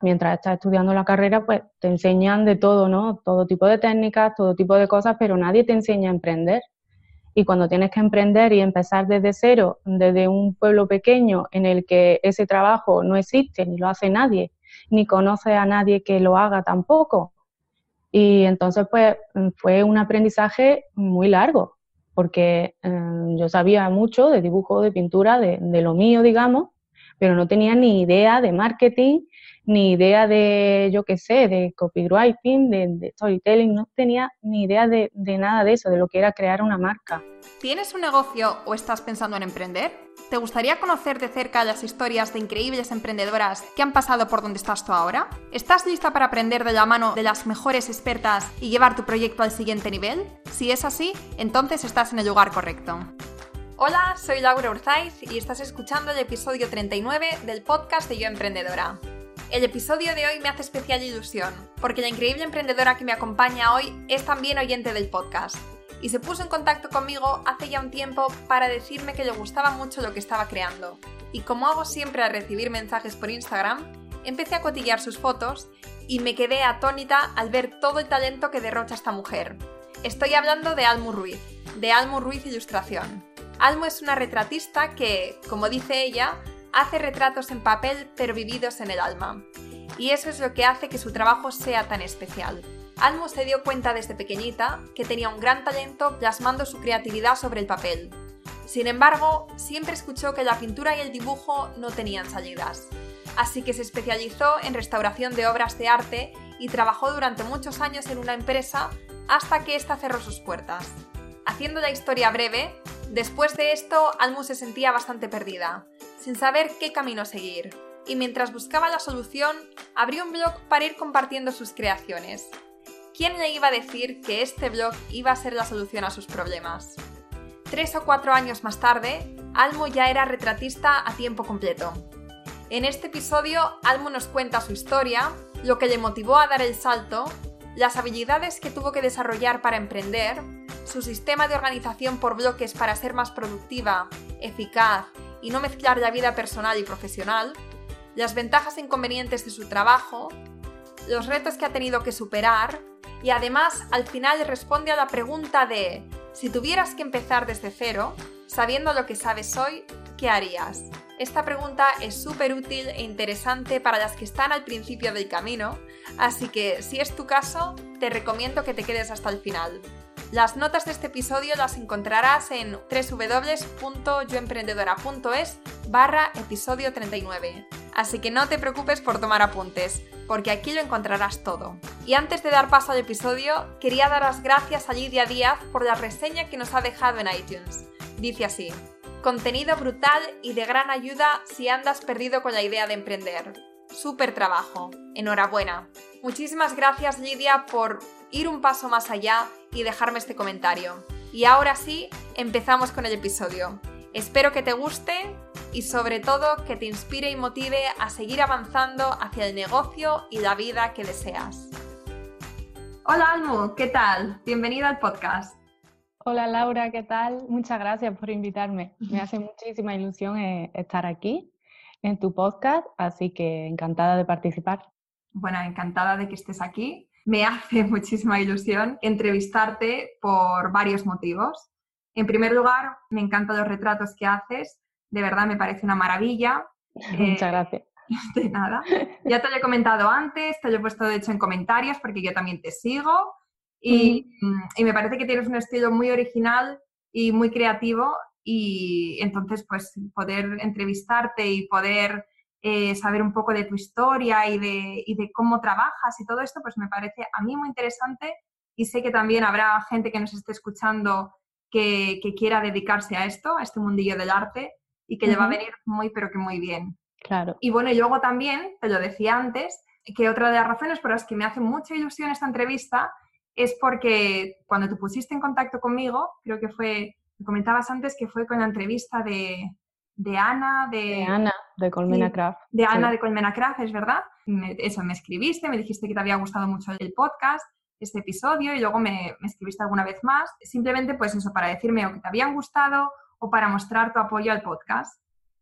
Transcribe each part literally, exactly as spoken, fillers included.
mientras estás estudiando la carrera, pues te enseñan de todo, ¿no? Todo tipo de técnicas, todo tipo de cosas, pero nadie te enseña a emprender. Y cuando tienes que emprender y empezar desde cero, desde un pueblo pequeño en el que ese trabajo no existe, ni lo hace nadie, ni conoce a nadie que lo haga tampoco. Y entonces, pues, fue un aprendizaje muy largo, porque eh, yo sabía mucho de dibujo, de pintura, de, de lo mío, digamos, pero no tenía ni idea de marketing, ni idea de, yo qué sé, de copywriting, de, de storytelling, no tenía ni idea de, de nada de eso, de lo que era crear una marca. ¿Tienes un negocio o estás pensando en emprender? ¿Te gustaría conocer de cerca las historias de increíbles emprendedoras que han pasado por donde estás tú ahora? ¿Estás lista para aprender de la mano de las mejores expertas y llevar tu proyecto al siguiente nivel? Si es así, entonces estás en el lugar correcto. Hola, soy Laura Urzaiz y estás escuchando el episodio treinta y nueve del podcast de Yo Emprendedora. El episodio de hoy me hace especial ilusión, porque la increíble emprendedora que me acompaña hoy es también oyente del podcast. Y se puso en contacto conmigo hace ya un tiempo para decirme que le gustaba mucho lo que estaba creando. Y como hago siempre al recibir mensajes por Instagram, empecé a cotillear sus fotos y me quedé atónita al ver todo el talento que derrocha esta mujer. Estoy hablando de Almu Ruiz, de Almu Ruiz Ilustración. Almu es una retratista que, como dice ella, hace retratos en papel pero vividos en el alma. Y eso es lo que hace que su trabajo sea tan especial. Almu se dio cuenta desde pequeñita que tenía un gran talento plasmando su creatividad sobre el papel. Sin embargo, siempre escuchó que la pintura y el dibujo no tenían salidas. Así que se especializó en restauración de obras de arte y trabajó durante muchos años en una empresa hasta que ésta cerró sus puertas. Haciendo la historia breve, después de esto, Almu se sentía bastante perdida, sin saber qué camino seguir. Y mientras buscaba la solución, abrió un blog para ir compartiendo sus creaciones. ¿Quién le iba a decir que este blog iba a ser la solución a sus problemas? Tres o cuatro años más tarde, Almu ya era retratista a tiempo completo. En este episodio, Almu nos cuenta su historia, lo que le motivó a dar el salto, las habilidades que tuvo que desarrollar para emprender, su sistema de organización por bloques para ser más productiva, eficaz y no mezclar la vida personal y profesional, las ventajas e inconvenientes de su trabajo, los retos que ha tenido que superar y además al final responde a la pregunta de si tuvieras que empezar desde cero, sabiendo lo que sabes hoy, ¿qué harías? Esta pregunta es súper útil e interesante para las que están al principio del camino, así que si es tu caso, te recomiendo que te quedes hasta el final. Las notas de este episodio las encontrarás en doble u doble u doble u punto yoemprendedora punto es barra episodio treinta y nueve. Así que no te preocupes por tomar apuntes, porque aquí lo encontrarás todo. Y antes de dar paso al episodio, quería dar las gracias a Lidia Díaz por la reseña que nos ha dejado en iTunes. Dice así: contenido brutal y de gran ayuda si andas perdido con la idea de emprender. Súper trabajo. Enhorabuena. Muchísimas gracias, Lidia, por ir un paso más allá y dejarme este comentario. Y ahora sí, empezamos con el episodio. Espero que te guste y sobre todo que te inspire y motive a seguir avanzando hacia el negocio y la vida que deseas. Hola Almu, ¿qué tal? Bienvenida al podcast. Hola Laura, ¿qué tal? Muchas gracias por invitarme. Me hace muchísima ilusión eh, estar aquí en tu podcast, así que encantada de participar. Bueno, encantada de que estés aquí. Me hace muchísima ilusión entrevistarte por varios motivos. En primer lugar, me encantan los retratos que haces. De verdad, me parece una maravilla. Muchas eh, gracias. De nada. Ya te lo he comentado antes, te lo he puesto de hecho en comentarios porque yo también te sigo y, mm. y me parece que tienes un estilo muy original y muy creativo y entonces pues poder entrevistarte y poder eh, saber un poco de tu historia y de, y de cómo trabajas y todo esto pues me parece a mí muy interesante y sé que también habrá gente que nos esté escuchando que, que quiera dedicarse a esto, a este mundillo del arte y que uh-huh. le va a venir muy pero que muy bien. Claro. Y bueno, y luego también, te lo decía antes, que otra de las razones por las que me hace mucha ilusión esta entrevista es porque cuando te pusiste en contacto conmigo, creo que fue, me comentabas antes que fue con la entrevista de, de Ana, de... De Ana, de Colmena sí, Craft. De Ana, sí. de Colmena Craft, es verdad. Me, eso, me escribiste, me dijiste que te había gustado mucho el podcast, este episodio, y luego me, me escribiste alguna vez más. Simplemente, pues eso, para decirme o que te habían gustado o para mostrar tu apoyo al podcast.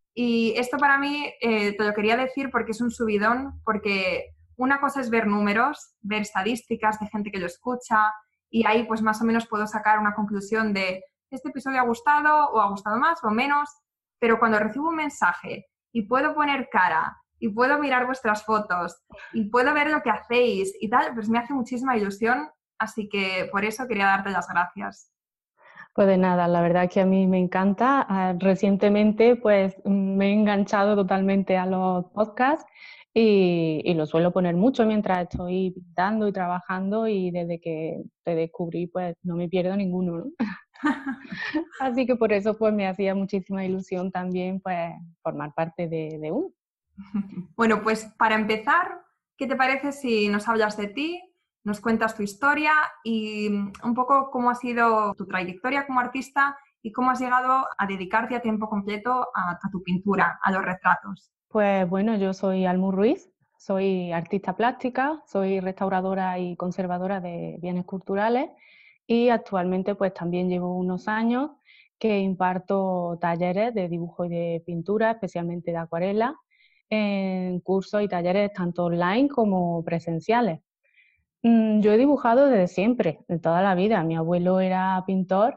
Y esto para mí eh, te lo quería decir porque es un subidón, porque una cosa es ver números, ver estadísticas de gente que lo escucha y ahí pues más o menos puedo sacar una conclusión de este episodio ha gustado o ha gustado más o menos, pero cuando recibo un mensaje y puedo poner cara y puedo mirar vuestras fotos y puedo ver lo que hacéis y tal, pues me hace muchísima ilusión, así que por eso quería darte las gracias. Pues de nada, la verdad que a mí me encanta. Ah, recientemente pues me he enganchado totalmente a los podcasts y, y lo suelo poner mucho mientras estoy pintando y trabajando y desde que te descubrí pues no me pierdo ninguno, ¿no? Así que por eso pues me hacía muchísima ilusión también pues formar parte de, de uno. Bueno, pues para empezar, ¿qué te parece si nos hablas de ti, nos cuentas tu historia y un poco cómo ha sido tu trayectoria como artista y cómo has llegado a dedicarte a tiempo completo a, a tu pintura, a los retratos? Pues bueno, yo soy Almu Ruiz, soy artista plástica, soy restauradora y conservadora de bienes culturales y actualmente pues también llevo unos años que imparto talleres de dibujo y de pintura, especialmente de acuarela, en cursos y talleres tanto online como presenciales. Mm, Yo he dibujado desde siempre, de toda la vida. Mi abuelo era pintor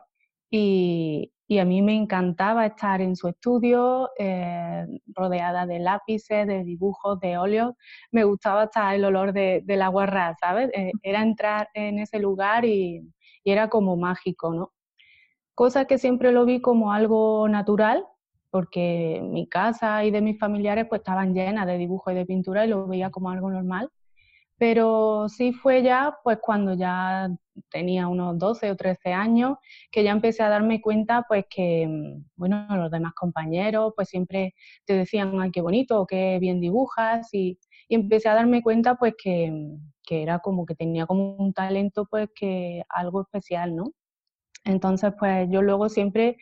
y, y a mí me encantaba estar en su estudio, eh, rodeada de lápices, de dibujos, de óleos. Me gustaba hasta el olor de, del aguarrás, ¿sabes? Eh, era entrar en ese lugar y, y era como mágico, ¿no? Cosa que siempre lo vi como algo natural, porque mi casa y de mis familiares pues estaban llenas de dibujo y de pintura y lo veía como algo normal. Pero sí fue ya, pues cuando ya tenía unos doce o trece años, que ya empecé a darme cuenta, pues que, mm, bueno, los demás compañeros, pues siempre te decían, ay, qué bonito, o qué bien dibujas, y, y empecé a darme cuenta, pues que, mm, que era como que tenía como un talento, pues que algo especial, ¿no? Entonces, pues yo luego siempre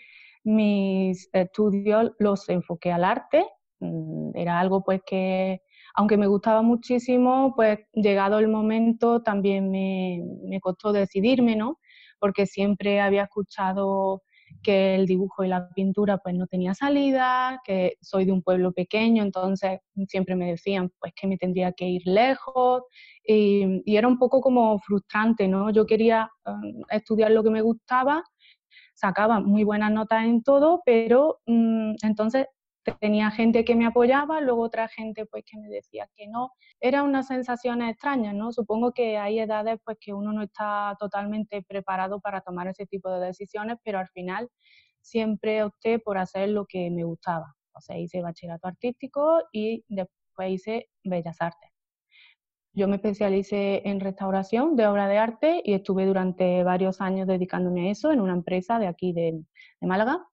mis estudios los enfoqué al arte, mm, era algo pues que, aunque me gustaba muchísimo, pues llegado el momento también me, me costó decidirme, ¿no? Porque siempre había escuchado que el dibujo y la pintura pues no tenía salida, que soy de un pueblo pequeño, entonces siempre me decían pues que me tendría que ir lejos y, y era un poco como frustrante, ¿no? Yo quería um, estudiar lo que me gustaba, sacaba muy buenas notas en todo, pero um, entonces tenía gente que me apoyaba, luego otra gente pues que me decía que no. Era unas sensaciones extrañas, ¿no? Supongo que hay edades pues que uno no está totalmente preparado para tomar ese tipo de decisiones, pero al final siempre opté por hacer lo que me gustaba. O sea, hice bachillerato artístico y después hice Bellas Artes. Yo me especialicé en restauración de obra de arte y estuve durante varios años dedicándome a eso en una empresa de aquí de, de Málaga.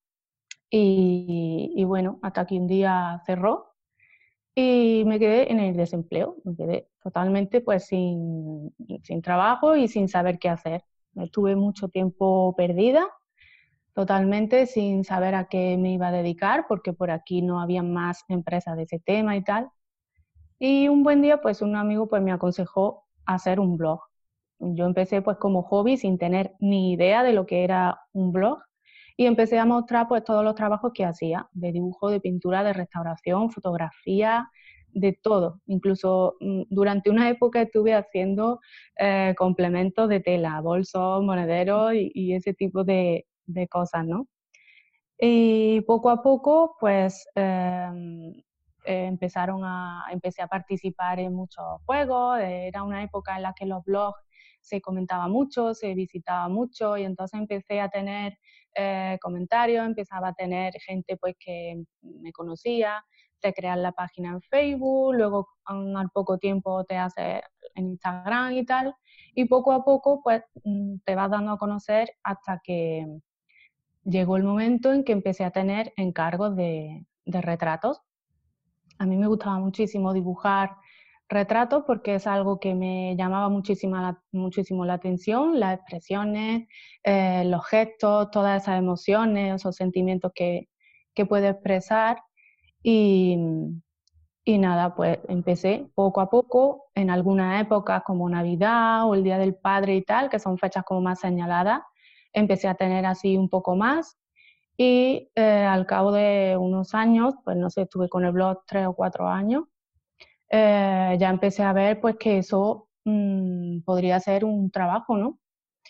Y, y bueno, hasta que un día cerró y me quedé en el desempleo, me quedé totalmente pues sin, sin trabajo y sin saber qué hacer. Estuve mucho tiempo perdida, totalmente sin saber a qué me iba a dedicar, porque por aquí no había más empresas de ese tema y tal. Y un buen día, pues un amigo pues me aconsejó hacer un blog. Yo empecé pues como hobby sin tener ni idea de lo que era un blog y empecé a mostrar pues todos los trabajos que hacía, de dibujo, de pintura, de restauración, fotografía, de todo. Incluso mm, durante una época estuve haciendo eh, complementos de tela, bolsos, monederos y, y ese tipo de, de cosas, ¿no? Y poco a poco, pues eh, eh, empezaron a, empecé a participar en muchos juegos. Era una época en la que los blogs se comentaba mucho, se visitaba mucho y entonces empecé a tener eh, comentarios, empezaba a tener gente pues que me conocía, te creas la página en Facebook, luego um, al poco tiempo te haces en Instagram y tal, y poco a poco pues te vas dando a conocer hasta que llegó el momento en que empecé a tener encargos de, de retratos. A mí me gustaba muchísimo dibujar retratos porque es algo que me llamaba muchísimo la, muchísimo la atención, las expresiones, eh, los gestos, todas esas emociones, esos sentimientos que, que puede expresar. Y, y nada, pues empecé poco a poco, en algunas épocas como Navidad o el Día del Padre y tal, que son fechas como más señaladas, empecé a tener así un poco más. Y eh, al cabo de unos años, pues no sé, estuve con el blog tres o cuatro años, eh, ya empecé a ver pues que eso mmm, podría ser un trabajo, ¿no?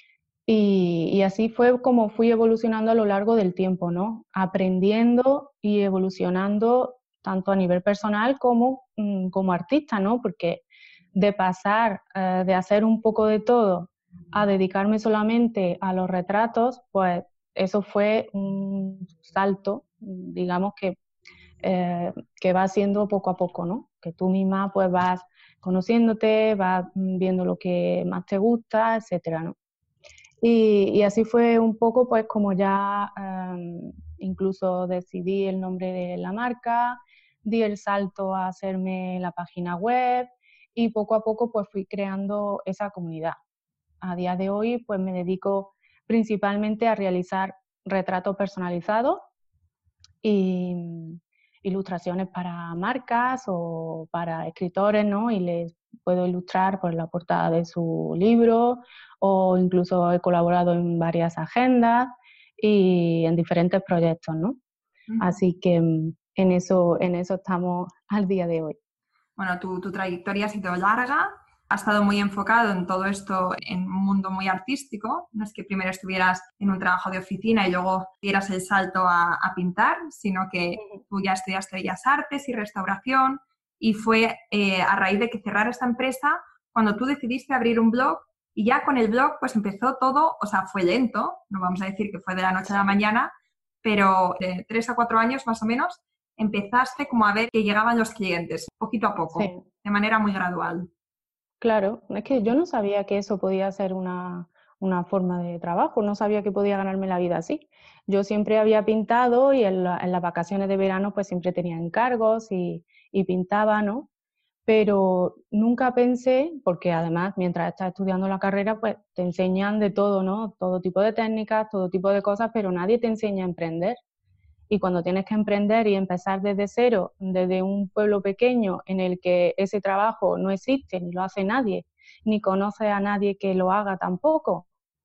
Y, y así fue como fui evolucionando a lo largo del tiempo, ¿no? Aprendiendo y evolucionando tanto a nivel personal como mm, como artista, ¿no? Porque de pasar eh, de hacer un poco de todo a dedicarme solamente a los retratos, pues eso fue un salto, digamos que, eh, que va haciendo poco a poco, ¿no? Que tú misma pues vas conociéndote, vas mm, viendo lo que más te gusta, etcétera, ¿no? Y, y así fue un poco, pues, como ya um, incluso decidí el nombre de la marca, di el salto a hacerme la página web y poco a poco, pues, fui creando esa comunidad. A día de hoy, pues, me dedico principalmente a realizar retratos personalizados y mm, ilustraciones para marcas o para escritores, ¿no? Y les puedo ilustrar pues, la portada de su libro o incluso he colaborado en varias agendas y en diferentes proyectos, ¿no? Ujú. Así que mm, en eso, en eso estamos al día de hoy. Bueno, tu, tu trayectoria ha sido larga, has estado muy enfocado en todo esto, en un mundo muy artístico. No es que primero estuvieras en un trabajo de oficina y luego dieras el salto a, a pintar, sino que tú ya estudiaste Bellas Artes y restauración y fue eh, a raíz de que cerrara esta empresa cuando tú decidiste abrir un blog y ya con el blog pues empezó todo, o sea, fue lento, no vamos a decir que fue de la noche a la mañana, pero de tres a cuatro años más o menos empezaste como a ver que llegaban los clientes, poquito a poco, Sí, de manera muy gradual. claro, es que yo no sabía que eso podía ser una, una forma de trabajo, no sabía que podía ganarme la vida así. Yo siempre había pintado y en, la- en las vacaciones de verano pues siempre tenía encargos y, y pintaba, ¿no? Pero nunca pensé, porque además mientras estás estudiando la carrera pues te enseñan de todo, ¿no? Todo tipo de técnicas, todo tipo de cosas, pero nadie te enseña a emprender. Y cuando tienes que emprender y empezar desde cero, desde un pueblo pequeño en el que ese trabajo no existe, ni lo hace nadie, ni conoce a nadie que lo haga tampoco.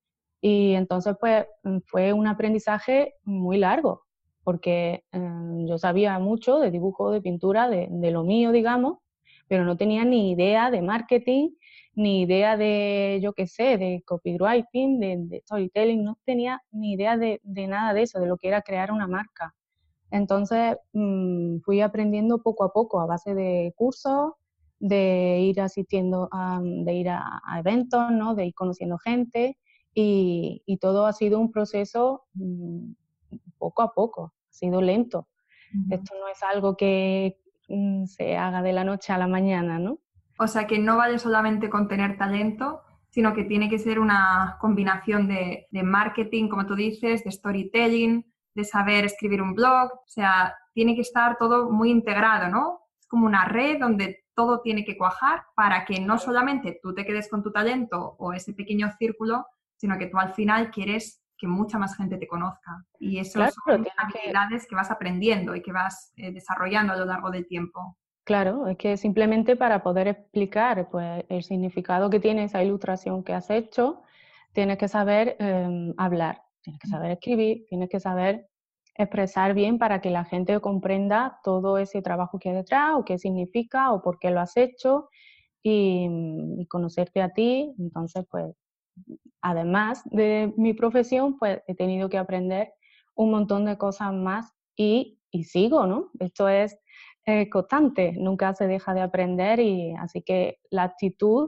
Y entonces, pues, fue un aprendizaje muy largo, porque eh, yo sabía mucho de dibujo, de pintura, de, de lo mío, digamos, pero no tenía ni idea de marketing, ni idea de, yo qué sé, de copywriting, de, de storytelling, no tenía ni idea de, de nada de eso, de lo que era crear una marca. Entonces mmm, fui aprendiendo poco a poco a base de cursos, de ir asistiendo, a, de ir a, a eventos, ¿no? De ir conociendo gente y, y todo ha sido un proceso mmm, poco a poco, ha sido lento. Uh-huh. Esto no es algo que mmm, se haga de la noche a la mañana, ¿no? O sea que no vale solamente con tener talento, sino que tiene que ser una combinación de, de marketing, como tú dices, de storytelling, de saber escribir un blog. O sea, tiene que estar todo muy integrado, ¿no? Es como una red donde todo tiene que cuajar para que no solamente tú te quedes con tu talento o ese pequeño círculo, sino que tú al final quieres que mucha más gente te conozca. Y eso Claro, son tienes que, habilidades que vas aprendiendo y que vas eh, desarrollando a lo largo del tiempo. claro, es que simplemente para poder explicar pues, el significado que tiene esa ilustración que has hecho, tienes que saber eh, hablar, tienes que saber escribir, tienes que saber expresar bien para que la gente comprenda todo ese trabajo que hay detrás, o qué significa, o por qué lo has hecho, y, y conocerte a ti. Entonces, pues, además de mi profesión, pues he tenido que aprender un montón de cosas más y, y sigo, ¿no? Esto es eh, constante, nunca se deja de aprender y así que la actitud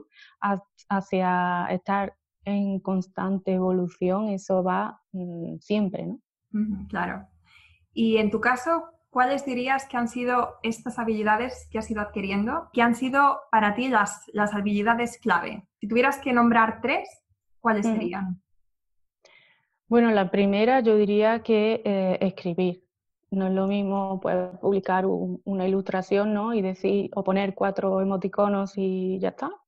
hacia estar en constante evolución, eso va mmm, siempre, ¿no? Uh-huh, claro. Y en tu caso, ¿cuáles dirías que han sido estas habilidades que has ido adquiriendo, que han sido para ti las, las habilidades clave? Si tuvieras que nombrar tres, ¿cuáles Uh-huh. serían? Bueno, la primera yo diría que eh, escribir. No es lo mismo pues, publicar un, una ilustración, ¿no? Y decir, o poner cuatro emoticonos y ya está,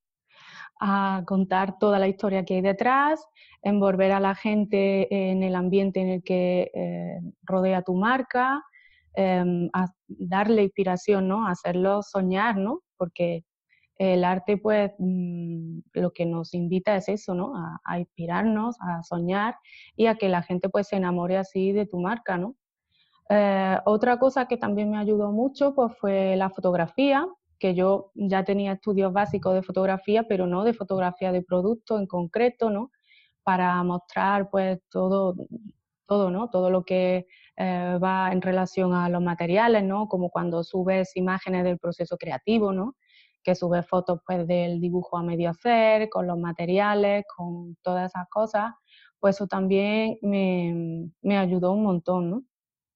a contar toda la historia que hay detrás, envolver a la gente en el ambiente en el que eh, rodea tu marca, eh, a darle inspiración, ¿no? A hacerlo soñar, ¿no? Porque el arte, pues, mmm, lo que nos invita es eso, ¿no? A, a inspirarnos, a soñar y a que la gente, pues, se enamore así de tu marca, ¿no? Eh, otra cosa que también me ayudó mucho, pues, fue la fotografía, que yo ya tenía estudios básicos de fotografía, pero no de fotografía de producto en concreto, ¿no? Para mostrar, pues, todo, todo, ¿no? Todo lo que eh, va en relación a los materiales, ¿no? Como cuando subes imágenes del proceso creativo, ¿no? Que subes fotos, pues, del dibujo a medio hacer, con los materiales, con todas esas cosas, pues eso también me, me ayudó un montón, ¿no?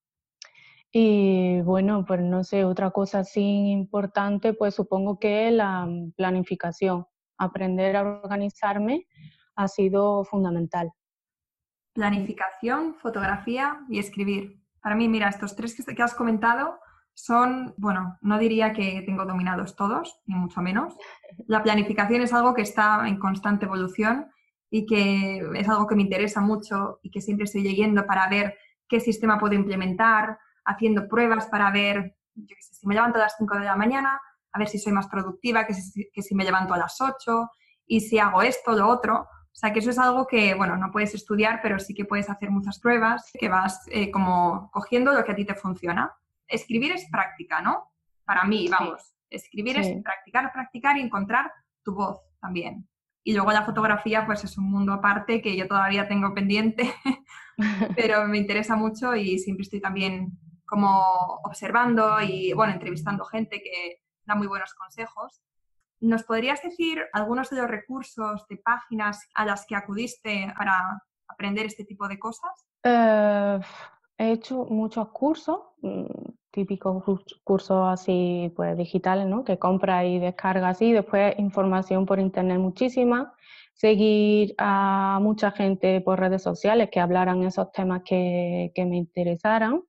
Y bueno, pues no sé, otra cosa así importante, pues supongo que la planificación. Aprender a organizarme ha sido fundamental. Planificación, fotografía y escribir. Para mí, mira, estos tres que, que has comentado son, bueno, no diría que tengo dominados todos, ni mucho menos. La planificación es algo que está en constante evolución y que es algo que me interesa mucho y que siempre estoy leyendo para ver qué sistema puedo implementar, haciendo pruebas para ver, yo qué sé, si me levanto a las cinco de la mañana, a ver si soy más productiva que si, que si me levanto a las ocho y si hago esto, lo otro. O sea, que eso es algo que, bueno, no puedes estudiar, pero sí que puedes hacer muchas pruebas, que vas eh, como cogiendo lo que a ti te funciona. Escribir es práctica, ¿no? Para mí, Sí, vamos, escribir es sí. practicar, practicar y encontrar tu voz también. Y luego la fotografía, pues es un mundo aparte que yo todavía tengo pendiente, pero me interesa mucho y siempre estoy también como observando y, bueno, entrevistando gente que da muy buenos consejos. ¿Nos podrías decir algunos de los recursos de páginas a las que acudiste para aprender este tipo de cosas? Eh, he hecho muchos cursos, mm, típicos curs- cursos así, pues digitales, ¿no? Que compras y descargas así, después información por internet muchísima, seguir a mucha gente por redes sociales que hablaran esos temas que, que me interesaran.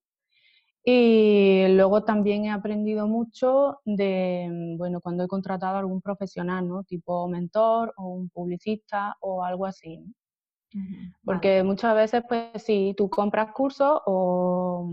Y luego también he aprendido mucho de, mm, bueno, cuando he contratado a algún profesional, ¿no? Tipo mentor o un publicista o algo así, ¿no? Ujú, vale. Porque muchas veces, pues si tú compras cursos o,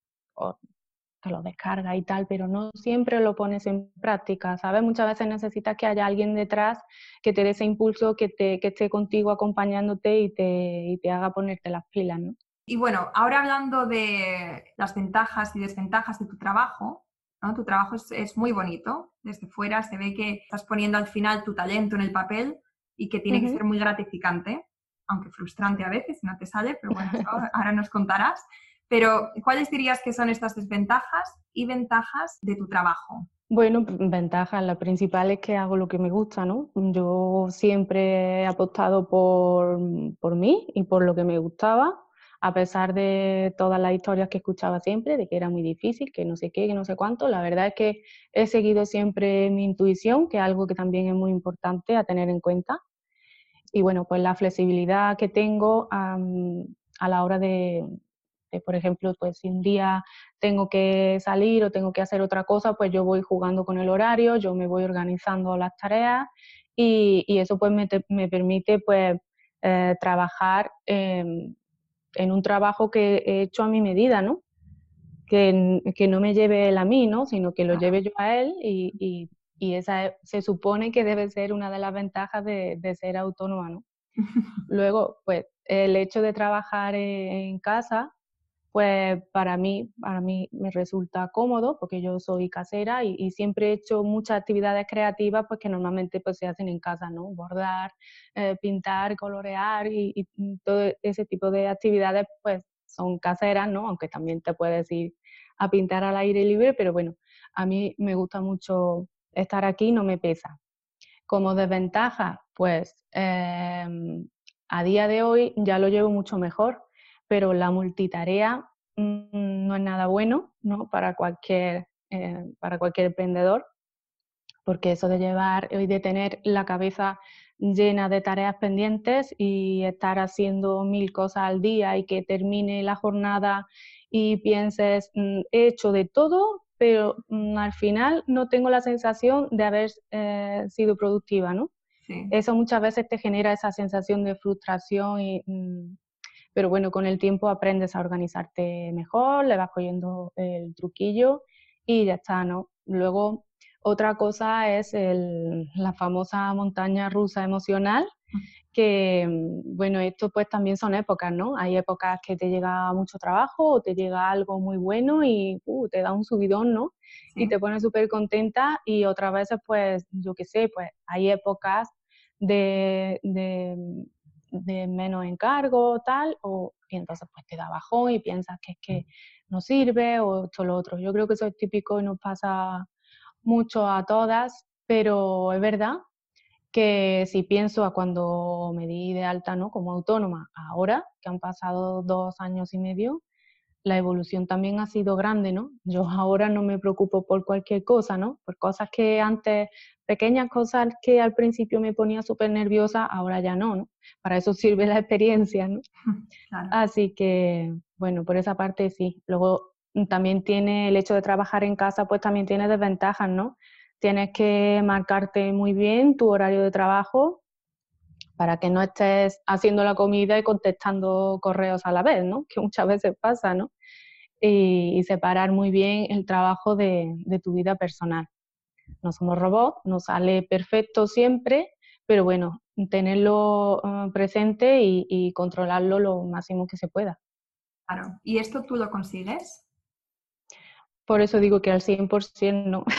o te los descargas y tal, pero no siempre lo pones en práctica, ¿sabes? Muchas veces necesitas que haya alguien detrás que te dé ese impulso, que, te, que esté contigo acompañándote y te, y te haga ponerte las pilas, ¿no? Y bueno, ahora hablando de las ventajas y desventajas de tu trabajo, ¿no? Tu trabajo es, es muy bonito. Desde fuera se ve que estás poniendo al final tu talento en el papel y que tiene que ser Ujú. muy gratificante, aunque frustrante a veces si no te sale, pero bueno, eso ahora nos contarás. Pero, ¿cuáles dirías que son estas desventajas y ventajas de tu trabajo? Bueno, ventaja, la principal es que hago lo que me gusta, ¿no? Yo siempre he apostado por, por mí y por lo que me gustaba, a pesar de todas las historias que escuchaba siempre, de que era muy difícil, que no sé qué, que no sé cuánto. La verdad es que he seguido siempre mi intuición, que es algo que también es muy importante a tener en cuenta. Y bueno, pues la flexibilidad que tengo um, a la hora de, de, por ejemplo, pues si un día tengo que salir o tengo que hacer otra cosa, pues yo voy jugando con el horario, yo me voy organizando las tareas y, y eso pues me, te, me permite pues eh, trabajar eh, en un trabajo que he hecho a mi medida, ¿no? Que, que no me lleve él a mí, ¿no? Sino que lo Claro. lleve yo a él y, y, y esa se supone que debe ser una de las ventajas de, de ser autónoma, ¿no? Luego, pues el hecho de trabajar en casa, pues para mí, para mí me resulta cómodo porque yo soy casera y, y siempre he hecho muchas actividades creativas pues que normalmente pues se hacen en casa, ¿no? Bordar, eh, pintar, colorear y, y todo ese tipo de actividades pues son caseras, ¿no? Aunque también te puedes ir a pintar al aire libre, pero bueno, a mí me gusta mucho estar aquí, no me pesa. Como desventaja, pues eh, a día de hoy ya lo llevo mucho mejor, pero la multitarea mmm, no es nada bueno, ¿no? Para cualquier, eh, para cualquier emprendedor, porque eso de llevar y de tener la cabeza llena de tareas pendientes y estar haciendo mil cosas al día y que termine la jornada y pienses, mmm, he hecho de todo, pero mmm, al final no tengo la sensación de haber eh, sido productiva, ¿no? Sí. Eso muchas veces te genera esa sensación de frustración, y, mmm, pero bueno, con el tiempo aprendes a organizarte mejor, le vas cogiendo el truquillo y ya está, ¿no? Luego, Otra cosa es el, la famosa montaña rusa emocional, que, mm, bueno, esto pues también son épocas, ¿no? Hay épocas que te llega mucho trabajo o te llega algo muy bueno y uh, te da un subidón, ¿no? Y Sí, te pones súper contenta y otras veces pues, yo qué sé, pues hay épocas de, de, de menos encargo, tal, o, y entonces pues te da bajón y piensas que es que no sirve o esto o lo otro. Yo creo que eso es típico y nos pasa mucho a todas, pero es verdad que si pienso a cuando me di de alta, ¿no? Como autónoma, ahora que han pasado dos años y medio, la evolución también ha sido grande, ¿no? Yo ahora no me preocupo por cualquier cosa, ¿no? Por cosas que antes, pequeñas cosas que al principio me ponía súper nerviosa, ahora ya no, ¿no? Para eso sirve la experiencia, ¿no? claro. Así que, bueno, por esa parte sí. Luego mm, también tiene el hecho de trabajar en casa, pues también tiene desventajas, ¿no? Tienes que marcarte muy bien tu horario de trabajo para que no estés haciendo la comida y contestando correos a la vez, ¿no? Que muchas veces pasa, ¿no? Y, y separar muy bien el trabajo de, de tu vida personal. No somos robots, no sale perfecto siempre, pero bueno, tenerlo uh, presente y, y controlarlo lo máximo que se pueda. Claro. ¿Y esto tú lo consigues? Por eso digo que al cien por ciento no.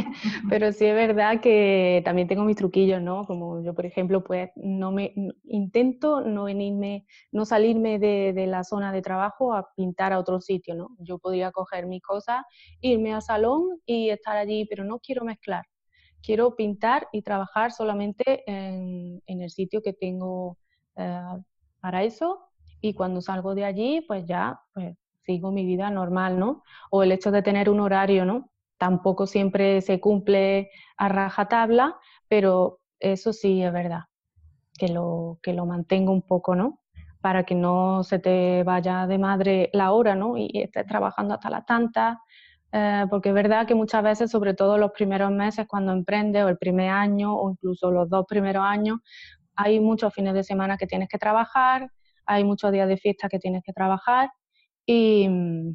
Pero sí es verdad que también tengo mis truquillos, ¿no? Como yo, por ejemplo, pues no me no- intento no venirme, no salirme de, de la zona de trabajo a pintar a otro sitio, ¿no? Yo podría coger mis cosas, irme al salón y estar allí, pero no quiero mezclar. Quiero pintar y trabajar solamente en, en el sitio que tengo eh, para eso, y cuando salgo de allí, pues ya pues, sigo mi vida normal, ¿no? O el hecho de tener un horario, ¿no? Tampoco siempre se cumple a rajatabla, pero eso sí es verdad, que lo, que lo mantengo un poco, ¿no? Para que no se te vaya de madre la hora, ¿no? Y, y estés trabajando hasta las tantas, eh, porque es verdad que muchas veces, sobre todo los primeros meses cuando emprendes, o el primer año, o incluso los dos primeros años, hay muchos fines de semana que tienes que trabajar, hay muchos días de fiesta que tienes que trabajar y,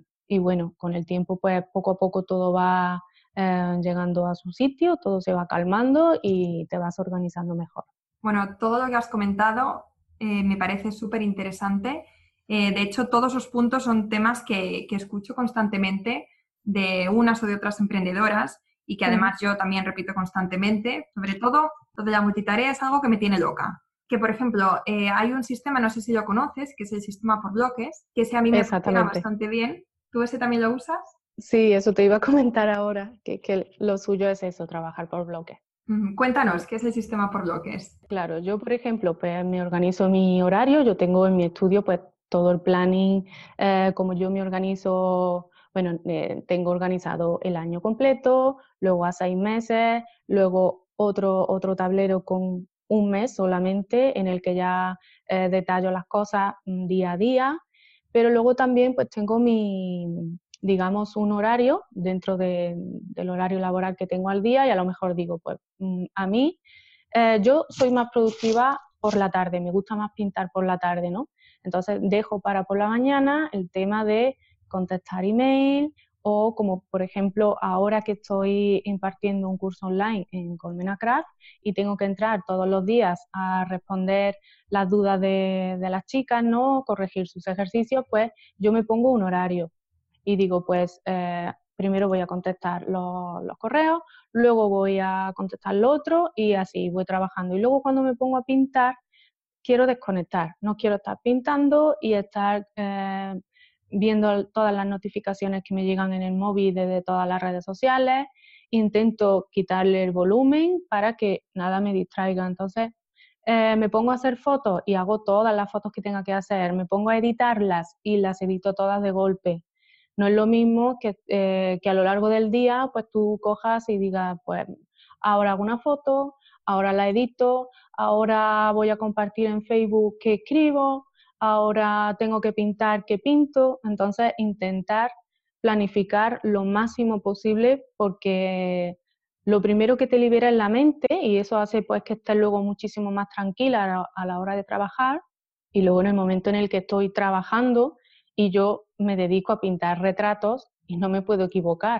y bueno, con el tiempo pues poco a poco todo va eh, llegando a su sitio, todo se va calmando y te vas organizando mejor. Bueno, todo lo que has comentado eh, me parece súper interesante. Eh, de hecho, todos los puntos son temas que, que escucho constantemente de unas o de otras emprendedoras y que Ujú. además yo también repito constantemente. Sobre todo, lo de la multitarea es algo que me tiene loca. Que, por ejemplo, eh, hay un sistema, no sé si lo conoces, que es el sistema por bloques, que ese a mí me funciona Exactamente. bastante bien. ¿Tú ese también lo usas? Sí, eso te iba a comentar ahora, que, que lo suyo es eso, trabajar por bloques. Ujú. Mm. Cuéntanos, ¿qué es el sistema por bloques? Claro, yo por ejemplo, pues me organizo mi horario, yo tengo en mi estudio pues todo el planning, eh, como yo me organizo, bueno, eh, tengo organizado el año completo, luego a seis meses, luego otro, otro tablero con un mes solamente en el que ya eh, detallo las cosas mm, día a día, pero luego también pues tengo mi, digamos, un horario dentro de- del horario laboral que tengo al día y a lo mejor digo, pues mm, a mí eh, yo soy más productiva por la tarde, me gusta más pintar por la tarde, ¿no? Entonces dejo para por la mañana el tema de contestar email o como por ejemplo ahora que estoy impartiendo un curso online en Colmena Craft y tengo que entrar todos los días a responder las dudas de, de las chicas, ¿no? Corregir sus ejercicios, pues yo me pongo un horario y digo, pues eh, primero voy a contestar los, los correos, luego voy a contestar lo otro y así voy trabajando. Y luego cuando me pongo a pintar, quiero desconectar, no quiero estar pintando y estar eh, viendo todas las notificaciones que me llegan en el móvil desde todas las redes sociales. Intento quitarle el volumen para que nada me distraiga. Entonces, eh, me pongo a hacer fotos y hago todas las fotos que tenga que hacer. Me pongo a editarlas y las edito todas de golpe. No es lo mismo que, eh, que a lo largo del día, pues tú cojas y digas, pues ahora hago una foto, ahora la edito, ahora voy a compartir en Facebook que escribo, ahora tengo que pintar que pinto. Entonces, intentar planificar lo máximo posible porque lo primero que te libera es la mente y eso hace pues que estés luego muchísimo más tranquila a la, a la hora de trabajar y luego en el momento en el que estoy trabajando y yo me dedico a pintar retratos y no me puedo equivocar.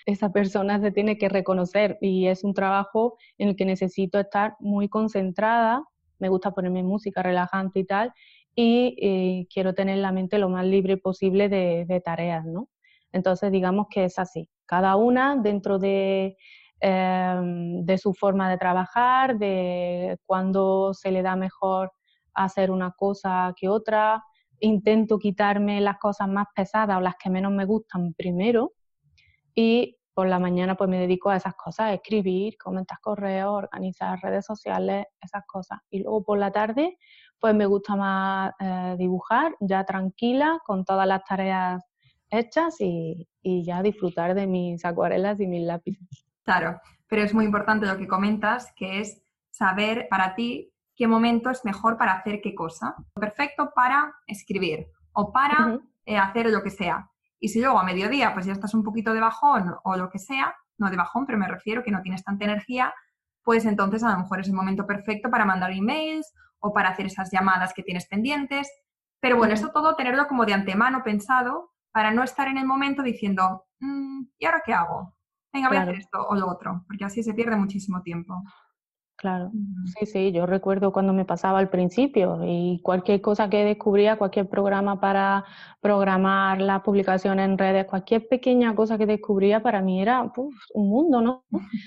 esa persona se tiene que reconocer y es un trabajo en el que necesito estar muy concentrada, me gusta ponerme música relajante y tal, y eh, quiero tener la mente lo más libre posible de, de tareas, ¿no? Entonces digamos que es así, cada una dentro de, eh, de su forma de trabajar, de cuándo se le da mejor hacer una cosa que otra, intento quitarme las cosas más pesadas o las que menos me gustan primero, y por la mañana pues me dedico a esas cosas, a escribir, comentar correos, organizar redes sociales, esas cosas. Y luego por la tarde pues me gusta más eh, dibujar, ya tranquila, con todas las tareas hechas y, y ya disfrutar de mis acuarelas y mis lápices. Claro, pero es muy importante lo que comentas, que es saber para ti qué momento es mejor para hacer qué cosa. Perfecto para escribir o para Uh-huh. eh, hacer lo que sea. Y si luego a mediodía pues ya estás un poquito de bajón o lo que sea, no de bajón, pero me refiero que no tienes tanta energía, pues entonces a lo mejor es el momento perfecto para mandar emails o para hacer esas llamadas que tienes pendientes. Pero bueno, Uh-huh. eso todo tenerlo como de antemano pensado para no estar en el momento diciendo, mmm, ¿y ahora qué hago? Venga, voy a hacer Claro. esto o lo otro, porque así se pierde muchísimo tiempo. Claro, Mm. sí, sí, yo recuerdo cuando me pasaba al principio y cualquier cosa que descubría, cualquier programa para programar las publicaciones en redes, cualquier pequeña cosa que descubría para mí era puf, un mundo, ¿no?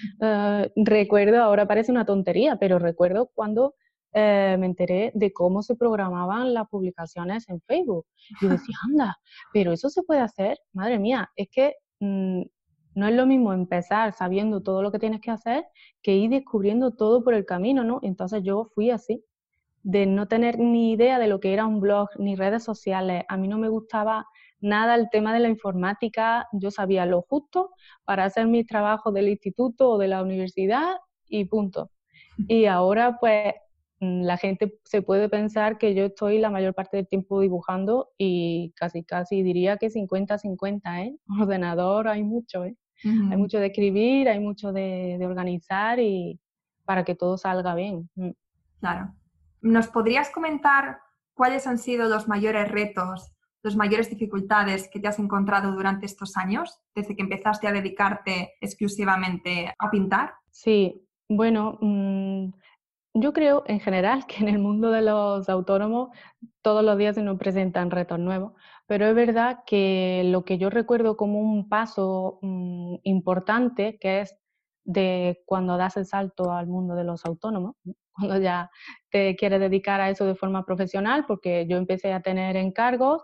Eh, recuerdo, ahora parece una tontería, pero recuerdo cuando eh, me enteré de cómo se programaban las publicaciones en Facebook. Yo decía, anda, pero eso se puede hacer, madre mía, es que mm, no es lo mismo empezar sabiendo todo lo que tienes que hacer que ir descubriendo todo por el camino, ¿no? Entonces yo fui así, de no tener ni idea de lo que era un blog ni redes sociales. A mí no me gustaba nada el tema de la informática, yo sabía lo justo para hacer mis trabajos del instituto o de la universidad y punto. Y ahora pues la gente se puede pensar que yo estoy la mayor parte del tiempo dibujando y casi casi diría que cincuenta cincuenta, ¿eh? Ordenador hay mucho, ¿eh? Hay Mm, mucho de escribir, hay mucho de, de organizar y para que todo salga bien. Mm. claro. ¿Nos podrías comentar cuáles han sido los mayores retos, las mayores dificultades que te has encontrado durante estos años, desde que empezaste a dedicarte exclusivamente a pintar? Sí, bueno, mm, yo creo en general que en el mundo de los autónomos todos los días se nos presentan retos nuevos, pero es verdad que lo que yo recuerdo como un paso mm, importante, que es de cuando das el salto al mundo de los autónomos, ¿no? Cuando ya te quieres dedicar a eso de forma profesional, porque yo empecé a tener encargos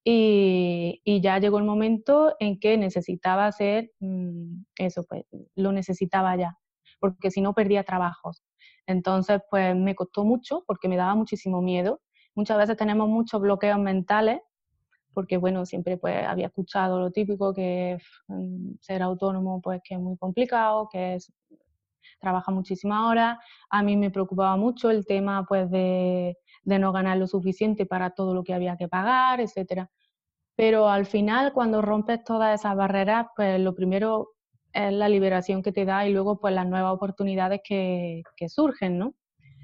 y, y ya llegó el momento en que necesitaba hacer mm, eso, pues lo necesitaba ya, porque si no perdía trabajos. Entonces, pues me costó mucho porque me daba muchísimo miedo. Muchas veces tenemos muchos bloqueos mentales porque, bueno, siempre pues había escuchado lo típico que mm, ser autónomo pues que es muy complicado, que es trabaja muchísimas horas. A mí me preocupaba mucho el tema pues de, de no ganar lo suficiente para todo lo que había que pagar, etcétera. Pero al final, cuando rompes todas esas barreras, pues lo primero es la liberación que te da y luego pues las nuevas oportunidades que, que surgen, ¿no?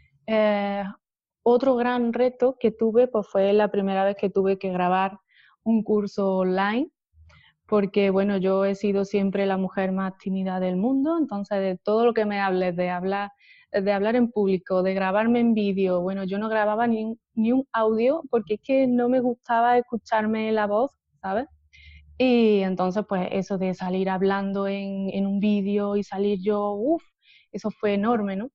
Eh, Otro gran reto que tuve pues fue la primera vez que tuve que grabar un curso online, porque bueno, yo he sido siempre la mujer más tímida del mundo, entonces de todo lo que me hables, de hablar, de hablar en público, de grabarme en vídeo, bueno, yo no grababa ni un, ni un audio porque es que no me gustaba escucharme la voz, ¿sabes? Y entonces pues eso de salir hablando en, en un vídeo y salir yo, uff, eso fue enorme, ¿no?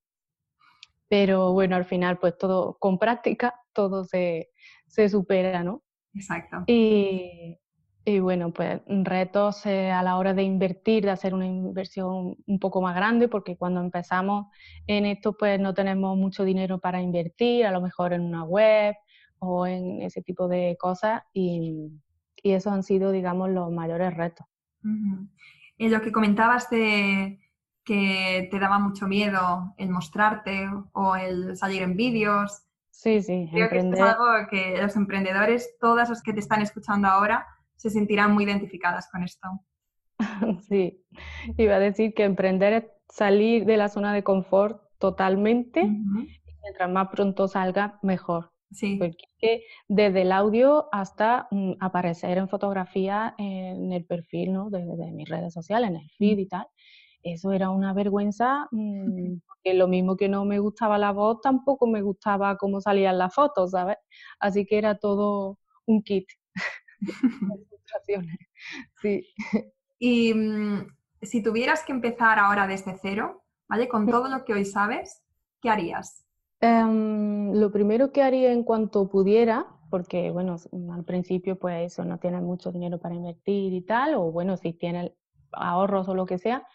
Pero bueno, al final, pues todo, con práctica, todo se, se supera, ¿no? Exacto. Y, y bueno, pues retos eh, a la hora de invertir, de hacer una inversión un poco más grande, porque cuando empezamos en esto, pues no tenemos mucho dinero para invertir, a lo mejor en una web o en ese tipo de cosas, y, y esos han sido, digamos, los mayores retos. Ujú. Y lo que comentabas de que te daba mucho miedo el mostrarte o el salir en vídeos, Sí, sí, creo que esto es emprender. algo que los emprendedores, todas los que te están escuchando ahora, se sentirán muy identificadas con esto. Sí, iba a decir que emprender es salir de la zona de confort totalmente Ujú. y mientras más pronto salga, mejor. Sí. Porque es que desde el audio hasta mm, aparecer en fotografía en el perfil, ¿no? de, de mis redes sociales, en el feed y tal, eso era una vergüenza, mmm, porque lo mismo que no me gustaba la voz, tampoco me gustaba cómo salían las fotos, ¿sabes? Así que era todo un kit de frustraciones, sí. Y mm, si tuvieras que empezar ahora desde cero, ¿vale? Con todo lo que hoy sabes, ¿qué harías? Em, lo primero que haría en cuanto pudiera, porque bueno, s- al principio pues eso, no tienes mucho dinero para invertir y tal, o bueno, si tienes ahorros o lo que sea,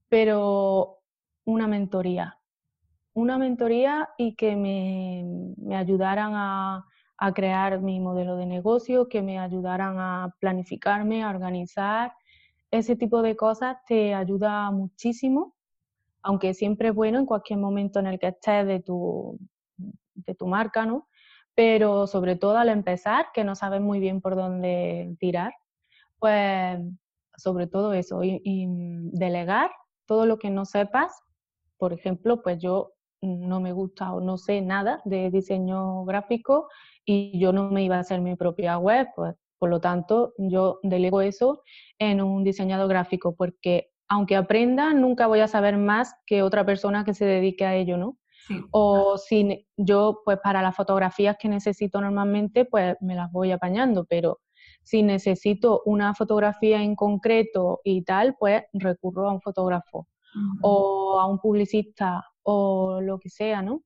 pero una mentoría, una mentoría y que me, me ayudaran a, a crear mi modelo de negocio, que me ayudaran a planificarme, a organizar. Ese tipo de cosas te ayuda muchísimo, aunque siempre es bueno en cualquier momento en el que estés de tu, de tu marca, ¿no? Pero sobre todo al empezar, que no sabes muy bien por dónde tirar, pues sobre todo eso, y, y delegar todo lo que no sepas. Por ejemplo, pues yo no me gusta o no sé nada de diseño gráfico y yo no me iba a hacer mi propia web, pues por lo tanto yo delego eso en un diseñador gráfico porque aunque aprenda nunca voy a saber más que otra persona que se dedique a ello, ¿no? Sí, O si yo pues para las fotografías que necesito normalmente pues me las voy apañando, pero si necesito una fotografía en concreto y tal, pues recurro a un fotógrafo ujú, o a un publicista o lo que sea, ¿no?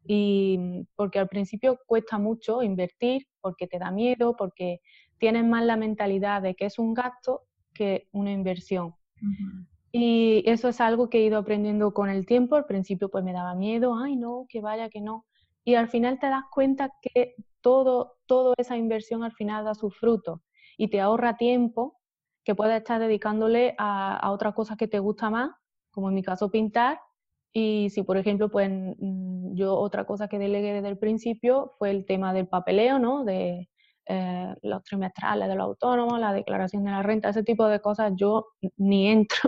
Y porque al principio cuesta mucho invertir, porque te da miedo, porque tienes más la mentalidad de que es un gasto que una inversión. ujú. Y eso es algo que he ido aprendiendo con el tiempo. Al principio pues me daba miedo, ay no, que vaya, que no. Y al final te das cuenta que todo, toda esa inversión al final da sus frutos y te ahorra tiempo que puedes estar dedicándole a, a otra cosa que te gusta más, como en mi caso pintar. Y si por ejemplo pues mm, yo otra cosa que delegué desde el principio fue el tema del papeleo, ¿no? De eh, los trimestrales de los autónomos, la declaración de la renta, ese tipo de cosas yo ni entro.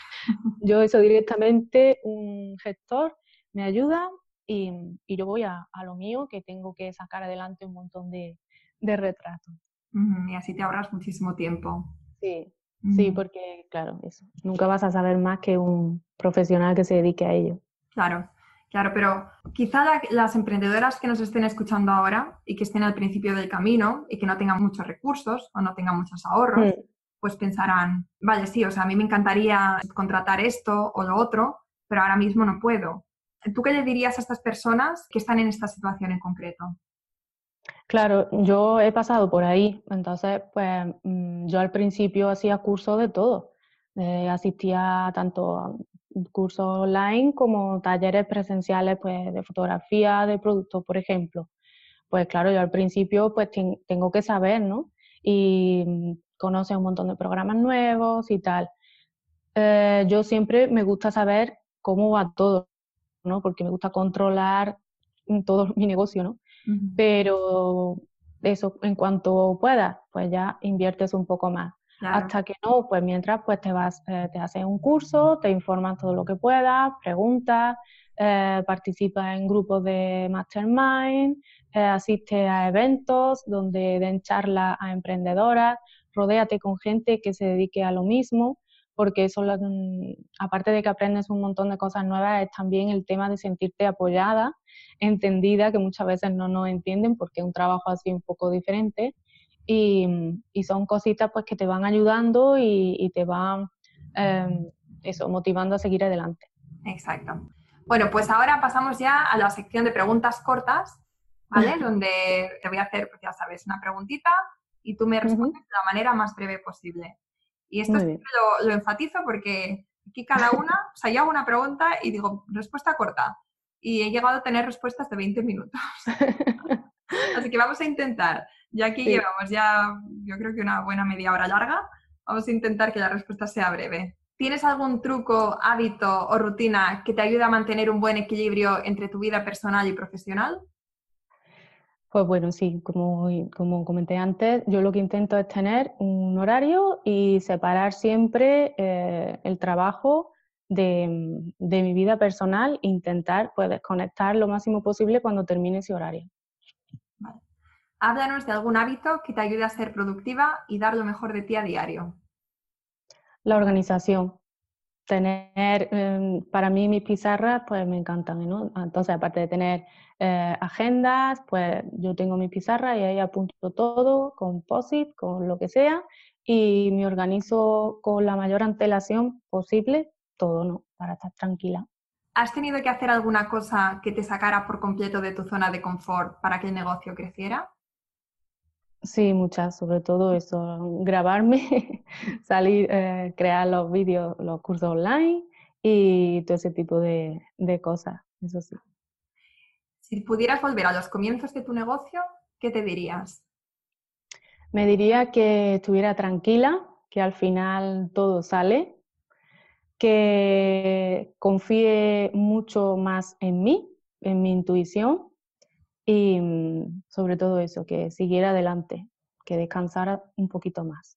Yo eso directamente, un gestor me ayuda y, y yo voy a, a, lo mío, que tengo que sacar adelante un montón de, de retratos. Ujú, y así te ahorras muchísimo tiempo. Sí, sí, Ujú. porque claro, eso, nunca vas a saber más que un profesional que se dedique a ello. Claro, claro, pero quizá la- las emprendedoras que nos estén escuchando ahora y que estén al principio del camino y que no tengan muchos recursos o no tengan muchos ahorros, Mm. pues pensarán, vale, sí, o sea, a mí me encantaría contratar esto o lo otro, pero ahora mismo no puedo. ¿Tú qué le dirías a estas personas que están en esta situación en concreto? Claro, yo he pasado por ahí, entonces pues mm, yo al principio hacía cursos de todo. Eh, asistía tanto a cursos online como talleres presenciales pues de fotografía, de productos, por ejemplo. Pues claro, yo al principio pues ten- tengo que saber, ¿no? Y mm, conoce un montón de programas nuevos y tal. Eh, yo siempre me gusta saber cómo va todo, ¿no? Porque me gusta controlar mm, todo mi negocio, ¿no? Ujú. Pero eso, en cuanto puedas, pues ya inviertes un poco más. Claro. Hasta que no, pues mientras pues te vas, eh, te haces un curso, te informas todo lo que puedas, preguntas, eh, participas en grupos de mastermind, eh, asistes a eventos donde den charlas a emprendedoras, rodéate con gente que se dedique a lo mismo, porque eso, lo- mm, aparte de que aprendes un montón de cosas nuevas, es también el tema de sentirte apoyada, entendida, que muchas veces no nos entienden porque es un trabajo así un poco diferente y, y son cositas pues que te van ayudando y, y te van eh, eso, motivando a seguir adelante. Exacto. Bueno, pues ahora pasamos ya a la sección de preguntas cortas, ¿vale? Donde te voy a hacer, pues ya sabes, una preguntita y tú me respondes Ujú. de la manera más breve posible. Y esto Muy siempre bien. lo, lo enfatizo porque aquí cada una, o sea, yo hago una pregunta y digo, respuesta corta. Y he llegado a tener respuestas de veinte minutos. Así que vamos a intentar, ya que Sí. llevamos ya, yo creo que una buena media hora larga, vamos a intentar que la respuesta sea breve. ¿Tienes algún truco, hábito o rutina que te ayude a mantener un buen equilibrio entre tu vida personal y profesional? Pues bueno, sí, como, como comenté antes, yo lo que intento es tener un horario y separar siempre eh, el trabajo de, de mi vida personal, intentar pues desconectar lo máximo posible cuando termine ese horario. Vale. Háblanos de algún hábito que te ayude a ser productiva y dar lo mejor de ti a diario. La organización. Tener, eh, para mí mis pizarras pues me encantan, ¿no? Entonces, aparte de tener eh, agendas, pues yo tengo mis pizarras y ahí apunto todo con post-it, con lo que sea, y me organizo con la mayor antelación posible todo, ¿no? Para estar tranquila. ¿Has tenido que hacer alguna cosa que te sacara por completo de tu zona de confort para que el negocio creciera? Sí, muchas, sobre todo eso, grabarme, salir, eh, crear los vídeos, los cursos online y todo ese tipo de, de cosas, eso sí. Si pudieras volver a los comienzos de tu negocio, ¿qué te dirías? Me diría que estuviera tranquila, que al final todo sale, que confíe mucho más en mí, en mi intuición y mm, sobre todo eso, que siguiera adelante, que descansara un poquito más.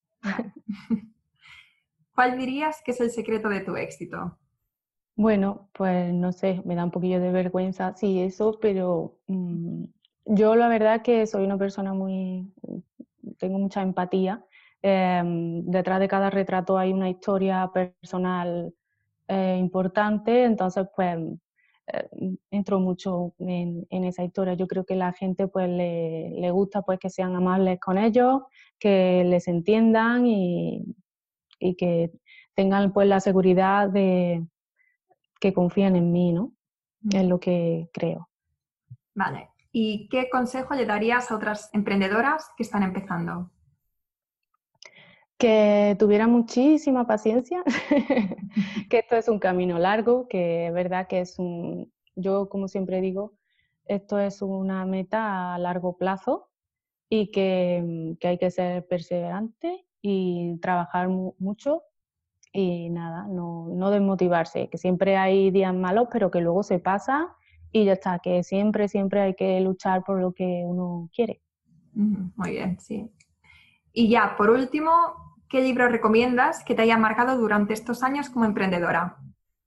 ¿Cuál dirías que es el secreto de tu éxito? Bueno, pues no sé, me da un poquillo de vergüenza, sí, eso, pero mmm, yo la verdad que soy una persona muy, tengo mucha empatía. Eh, detrás de cada retrato hay una historia personal eh, importante, entonces pues eh, entro mucho en, en esa historia. Yo creo que la gente pues le, le gusta pues que sean amables con ellos, que les entiendan y, y que tengan pues la seguridad de que confían en mí, ¿no? Es lo que creo. Vale. ¿Y qué consejo le darías a otras emprendedoras que están empezando? Que tuviera muchísima paciencia, que esto es un camino largo, que es verdad que es un, yo como siempre digo, esto es una meta a largo plazo y que, que hay que ser perseverante y trabajar mu mucho y nada, no, no desmotivarse, que siempre hay días malos, pero que luego se pasa y ya está, que siempre, siempre hay que luchar por lo que uno quiere. Muy bien, sí. Y ya, por último, ¿qué libro recomiendas que te haya marcado durante estos años como emprendedora?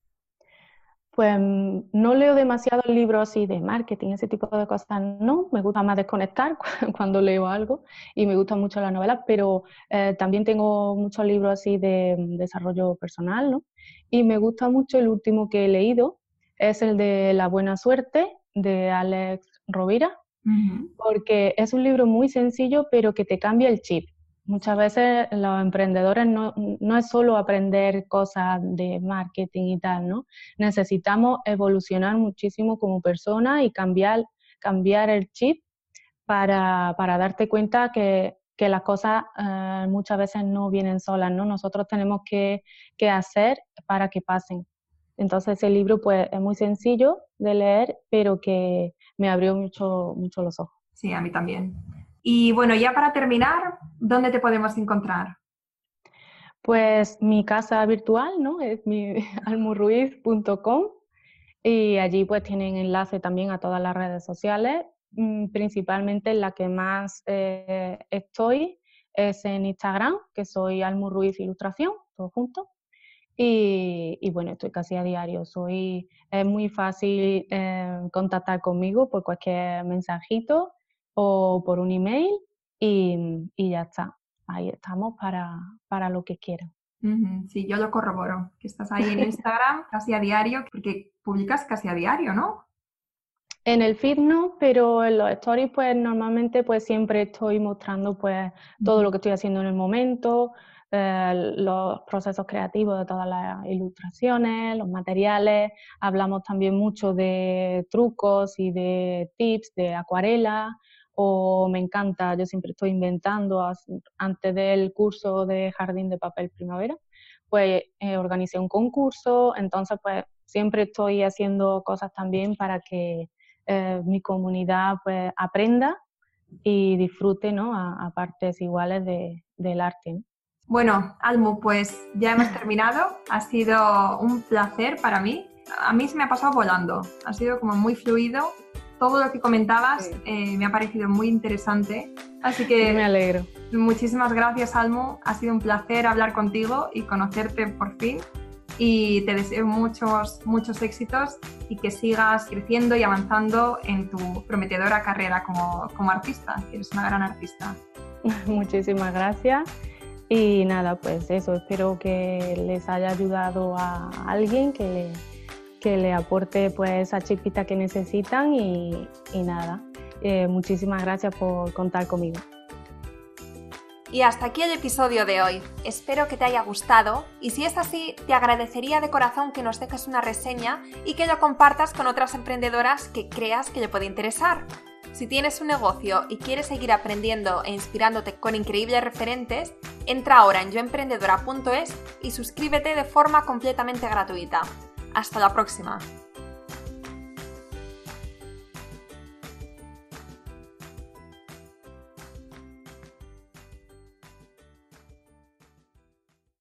Pues no leo demasiados libros así de marketing, ese tipo de cosas, no, me gusta más desconectar cuando leo algo y me gustan mucho las novelas, pero eh, también tengo muchos libros así de desarrollo personal, ¿no? Y me gusta mucho el último que he leído, es el de La buena suerte, de Alex Rovira, uh-huh. Porque es un libro muy sencillo, pero que te cambia el chip. Muchas veces los emprendedores no, no es solo aprender cosas de marketing y tal, ¿no? Necesitamos evolucionar muchísimo como persona y cambiar, cambiar el chip para, para darte cuenta que, que las cosas eh, muchas veces no vienen solas, ¿no? Nosotros tenemos que, que hacer para que pasen. Entonces ese libro pues es muy sencillo de leer, pero que me abrió mucho, mucho los ojos. Sí, a mí también. Y bueno, ya para terminar, ¿dónde te podemos encontrar? Pues mi casa virtual, ¿no? Es mi almu ruiz punto com y allí pues tienen enlace también a todas las redes sociales, principalmente en la que más eh, estoy es en Instagram, que soy Almu Ruiz Ilustración, todo junto. Y, y bueno, estoy casi a diario. Soy, es muy fácil eh, contactar conmigo por cualquier mensajito o por un email y, y ya está. Ahí estamos para, para lo que quieran. Uh-huh. Sí, yo lo corroboro, que estás ahí en Instagram casi a diario, porque publicas casi a diario, ¿no? En el feed no, pero en los stories pues normalmente pues siempre estoy mostrando pues todo uh-huh. lo que estoy haciendo en el momento, eh, los procesos creativos de todas las ilustraciones, los materiales. Hablamos también mucho de trucos y de tips de acuarela, o me encanta, yo siempre estoy inventando. Antes del curso de Jardín de Papel Primavera, pues eh, organicé un concurso, entonces pues siempre estoy haciendo cosas también para que eh, mi comunidad pues aprenda y disfrute, ¿no? a, a partes iguales de, del arte, ¿no? Bueno, Almu, pues ya hemos terminado. Ha sido un placer para mí. A mí se me ha pasado volando. Ha sido como muy fluido. Todo lo que comentabas sí. eh, me ha parecido muy interesante. Así que me alegro. Muchísimas gracias, Almu. Ha sido un placer hablar contigo y conocerte por fin. Y te deseo muchos, muchos éxitos y que sigas creciendo y avanzando en tu prometedora carrera como, como artista, que eres una gran artista. Muchísimas gracias. Y nada, pues eso, espero que les haya ayudado a alguien, que le, que le aporte pues esa chispita que necesitan y, y nada, eh, muchísimas gracias por contar conmigo. Y hasta aquí el episodio de hoy. Espero que te haya gustado y si es así, te agradecería de corazón que nos dejes una reseña y que lo compartas con otras emprendedoras que creas que le puede interesar. Si tienes un negocio y quieres seguir aprendiendo e inspirándote con increíbles referentes, entra ahora en yoemprendedora punto es y suscríbete de forma completamente gratuita. Hasta la próxima.